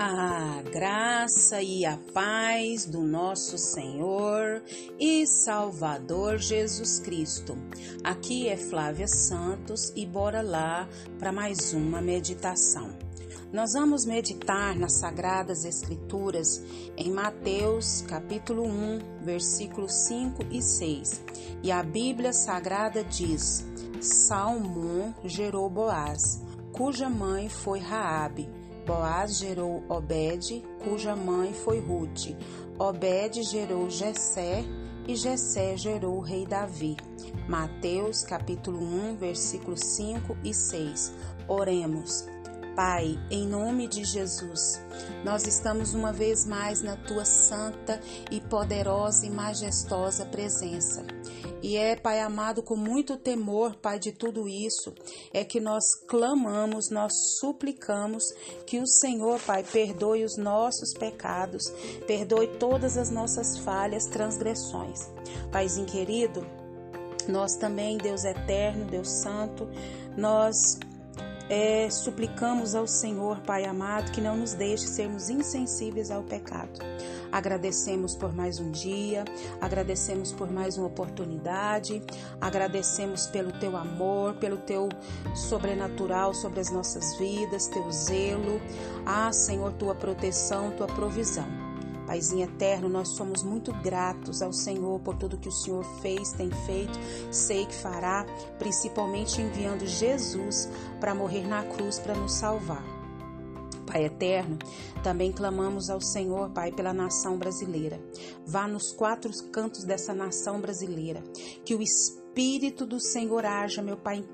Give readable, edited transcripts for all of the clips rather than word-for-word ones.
A graça e a paz do nosso Senhor e Salvador Jesus Cristo. Aqui é Flávia Santos e bora lá para mais uma meditação. Nós vamos meditar nas Sagradas Escrituras em Mateus capítulo 1, versículos 5 e 6. E a Bíblia Sagrada diz: Salmão gerou Boaz, cuja mãe foi Raabe. Boaz gerou Obed, cuja mãe foi Rute. Obed gerou Jessé e Jessé gerou o rei Davi. Mateus capítulo 1, versículos 5 e 6. Oremos. Pai, em nome de Jesus, nós estamos uma vez mais na Tua santa e poderosa e majestosa presença. E Pai amado, com muito temor, Pai, de tudo isso, é que nós clamamos, nós suplicamos que o Senhor, Pai, perdoe os nossos pecados, perdoe todas as nossas falhas, transgressões. Paizinho querido, nós também, Deus eterno, Deus santo, nós suplicamos ao Senhor, Pai amado, que não nos deixe sermos insensíveis ao pecado. Agradecemos por mais um dia, agradecemos por mais uma oportunidade, agradecemos pelo Teu amor, pelo Teu sobrenatural sobre as nossas vidas, Teu zelo, Senhor, Tua proteção, Tua provisão. Paizinho eterno, nós somos muito gratos ao Senhor por tudo que o Senhor fez, tem feito, sei que fará, principalmente enviando Jesus para morrer na cruz para nos salvar. Pai eterno, também clamamos ao Senhor, Pai, pela nação brasileira. Vá nos quatro cantos dessa nação brasileira, que o Espírito do Senhor haja, meu Pai,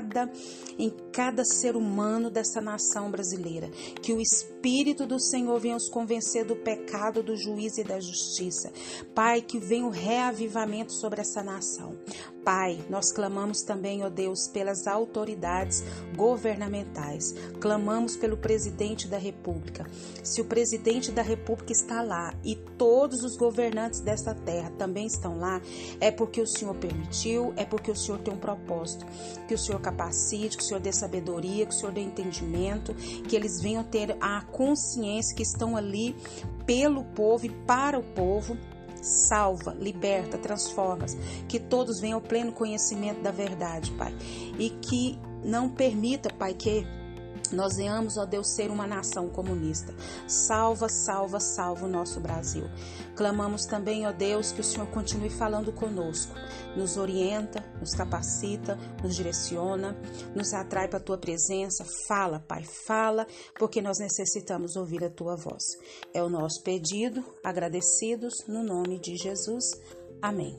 em cada ser humano dessa nação brasileira. Que o Espírito do Senhor venha os convencer do pecado, do juízo e da justiça. Pai, que venha o reavivamento sobre essa nação. Pai, nós clamamos também, ó Deus, pelas autoridades governamentais. Clamamos pelo presidente da República. Se o presidente da República está lá e todos os governantes dessa terra também estão lá, é porque o Senhor permitiu, é porque o Senhor tem um propósito. Que o Senhor capacite, que o Senhor dê sabedoria, que o Senhor dê entendimento, que eles venham ter a consciência que estão ali pelo povo e para o povo. Salva, liberta, transforma, que todos venham ao pleno conhecimento da verdade, Pai, e que não permita, Pai, que nós venhamos, ó Deus, ser uma nação comunista. Salva, salva, salva o nosso Brasil. Clamamos também, ó Deus, que o Senhor continue falando conosco, nos orienta, nos capacita, nos direciona, nos atrai para a Tua presença. Fala, Pai, fala, porque nós necessitamos ouvir a Tua voz. É o nosso pedido, agradecidos, no nome de Jesus. Amém.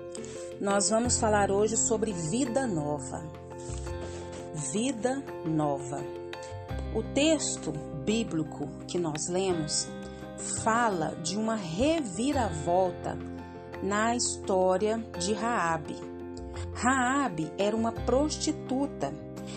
Nós vamos falar hoje sobre vida nova. Vida nova. O texto bíblico que nós lemos fala de uma reviravolta na história de Raabe. Raabe era uma prostituta.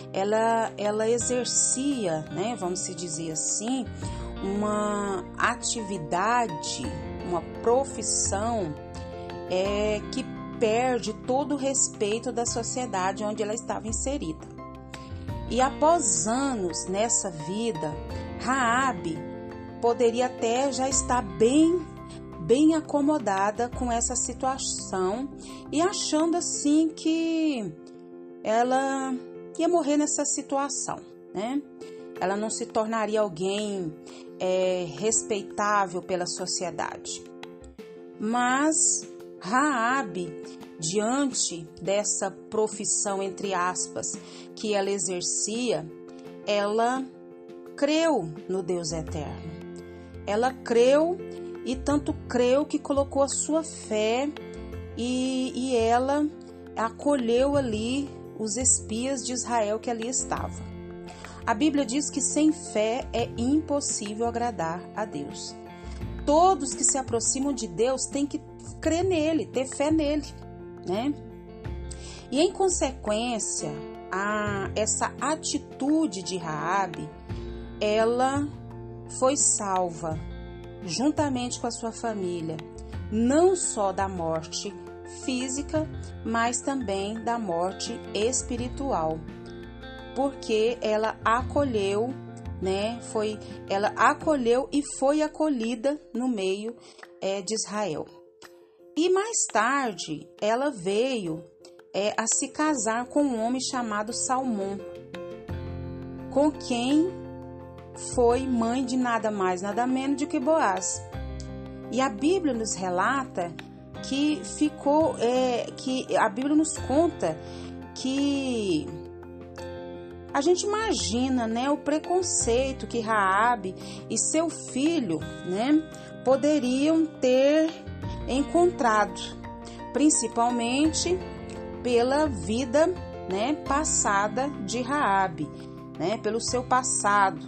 Ela exercia, vamos dizer assim, uma atividade, uma profissão que perde todo o respeito da sociedade onde ela estava inserida. E após anos nessa vida, Raabe poderia até já estar bem acomodada com essa situação e achando assim que ela ia morrer nessa situação, Ela não se tornaria alguém respeitável pela sociedade. Mas Raabe, diante dessa profissão, entre aspas, que ela exercia, ela creu no Deus eterno. Ela creu e tanto creu que colocou a sua fé e ela acolheu ali os espias de Israel que ali estavam. A Bíblia diz que sem fé é impossível agradar a Deus. Todos que se aproximam de Deus têm que crer nele, ter fé nele, E em consequência, essa atitude de Raabe, ela foi salva, juntamente com a sua família, não só da morte física, mas também da morte espiritual, porque ela acolheu né? Ela acolheu e foi acolhida no meio de Israel. E mais tarde, ela veio a se casar com um homem chamado Salmão, com quem foi mãe de nada mais, nada menos do que Boaz. E a Bíblia nos relata que a Bíblia nos conta que a gente imagina, né, o preconceito que Raabe e seu filho, né, poderiam ter encontrado, principalmente pela vida, né, passada de Raabe, né, pelo seu passado.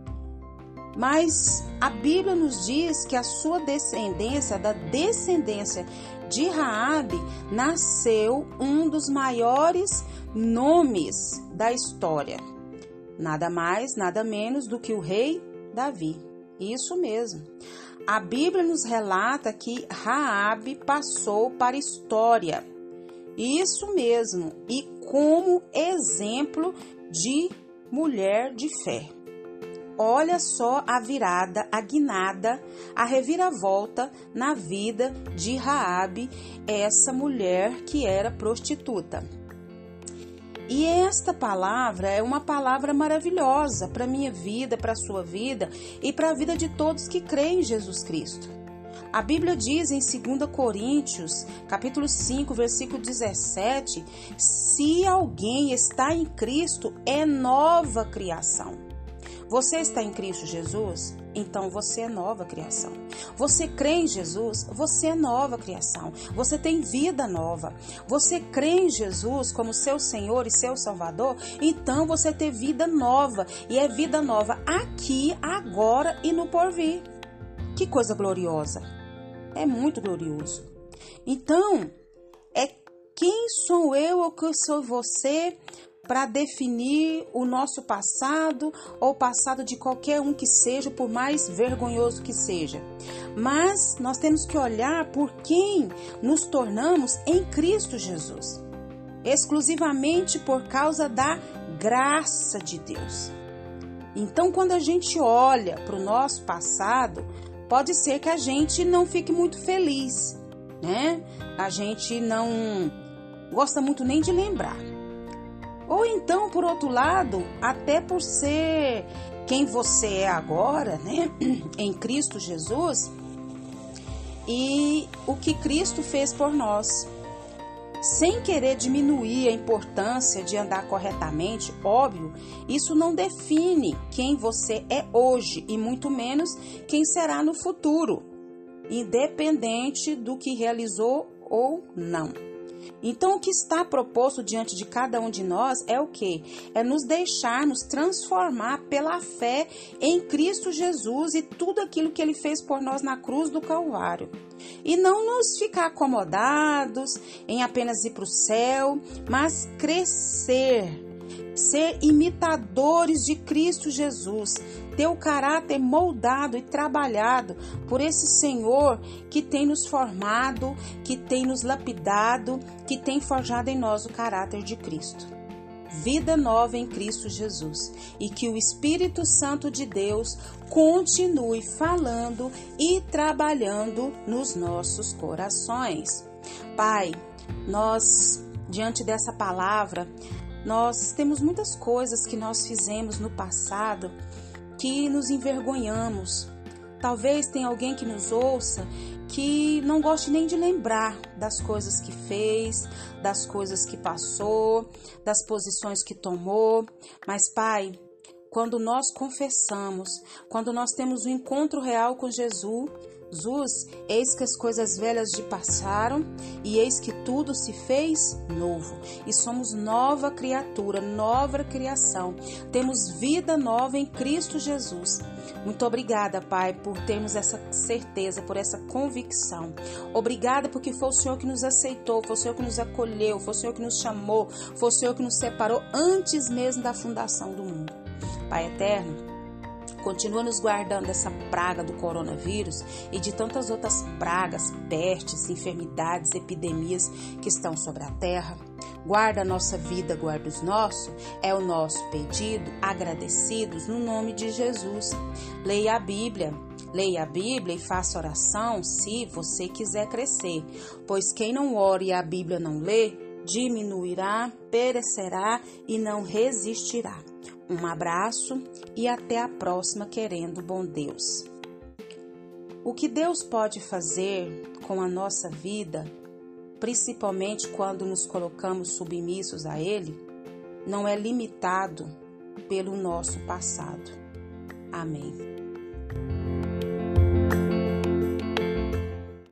Mas a Bíblia nos diz que a sua descendência, da descendência de Raabe, nasceu um dos maiores nomes da história. Nada mais, nada menos do que o rei Davi. Isso mesmo. A Bíblia nos relata que Raabe passou para a história. Isso mesmo. E como exemplo de mulher de fé. Olha só a virada, a guinada, a reviravolta na vida de Raabe, essa mulher que era prostituta. E esta palavra é uma palavra maravilhosa para a minha vida, para a sua vida e para a vida de todos que creem em Jesus Cristo. A Bíblia diz em 2 Coríntios, capítulo 5, versículo 17, se alguém está em Cristo, é nova criação. Você está em Cristo Jesus? Então você é nova criação. Você crê em Jesus? Você é nova criação. Você tem vida nova. Você crê em Jesus como seu Senhor e seu Salvador? Então você tem vida nova. E é vida nova aqui, agora e no porvir. Que coisa gloriosa. É muito glorioso. Então, quem sou eu ou que sou você para definir o nosso passado ou o passado de qualquer um que seja, por mais vergonhoso que seja. Mas nós temos que olhar por quem nos tornamos em Cristo Jesus, exclusivamente por causa da graça de Deus. Então, quando a gente olha para o nosso passado, pode ser que a gente não fique muito feliz, né? A gente não gosta muito nem de lembrar. Ou então, por outro lado, até por ser quem você é agora, né, em Cristo Jesus, e o que Cristo fez por nós. Sem querer diminuir a importância de andar corretamente, óbvio, isso não define quem você é hoje e muito menos quem será no futuro, independente do que realizou ou não. Então, o que está proposto diante de cada um de nós é o quê? É nos deixarmos transformar pela fé em Cristo Jesus e tudo aquilo que Ele fez por nós na cruz do Calvário. E não nos ficar acomodados em apenas ir para o céu, mas crescer, ser imitadores de Cristo Jesus, ter o caráter moldado e trabalhado por esse Senhor que tem nos formado, que tem nos lapidado, que tem forjado em nós o caráter de Cristo. Vida nova em Cristo Jesus. E que o Espírito Santo de Deus continue falando e trabalhando nos nossos corações. Pai, nós, diante dessa palavra, nós temos muitas coisas que nós fizemos no passado que nos envergonhamos. Talvez tenha alguém que nos ouça que não goste nem de lembrar das coisas que fez, das coisas que passou, das posições que tomou. Mas, Pai, quando nós confessamos, quando nós temos um encontro real com Jesus, eis que as coisas velhas já passaram e eis que tudo se fez novo. E somos nova criatura, nova criação. Temos vida nova em Cristo Jesus. Muito obrigada, Pai, por termos essa certeza, por essa convicção. Obrigada porque foi o Senhor que nos aceitou, foi o Senhor que nos acolheu, foi o Senhor que nos chamou, foi o Senhor que nos separou antes mesmo da fundação do mundo. Pai eterno, continua nos guardando dessa praga do coronavírus e de tantas outras pragas, pestes, enfermidades, epidemias que estão sobre a terra. Guarda a nossa vida, guarda os nossos, é o nosso pedido, agradecidos no nome de Jesus. Leia a Bíblia e faça oração se você quiser crescer, pois quem não ora e a Bíblia não lê, diminuirá, perecerá e não resistirá. Um abraço e até a próxima, querendo bom Deus. O que Deus pode fazer com a nossa vida, principalmente quando nos colocamos submissos a Ele, não é limitado pelo nosso passado. Amém.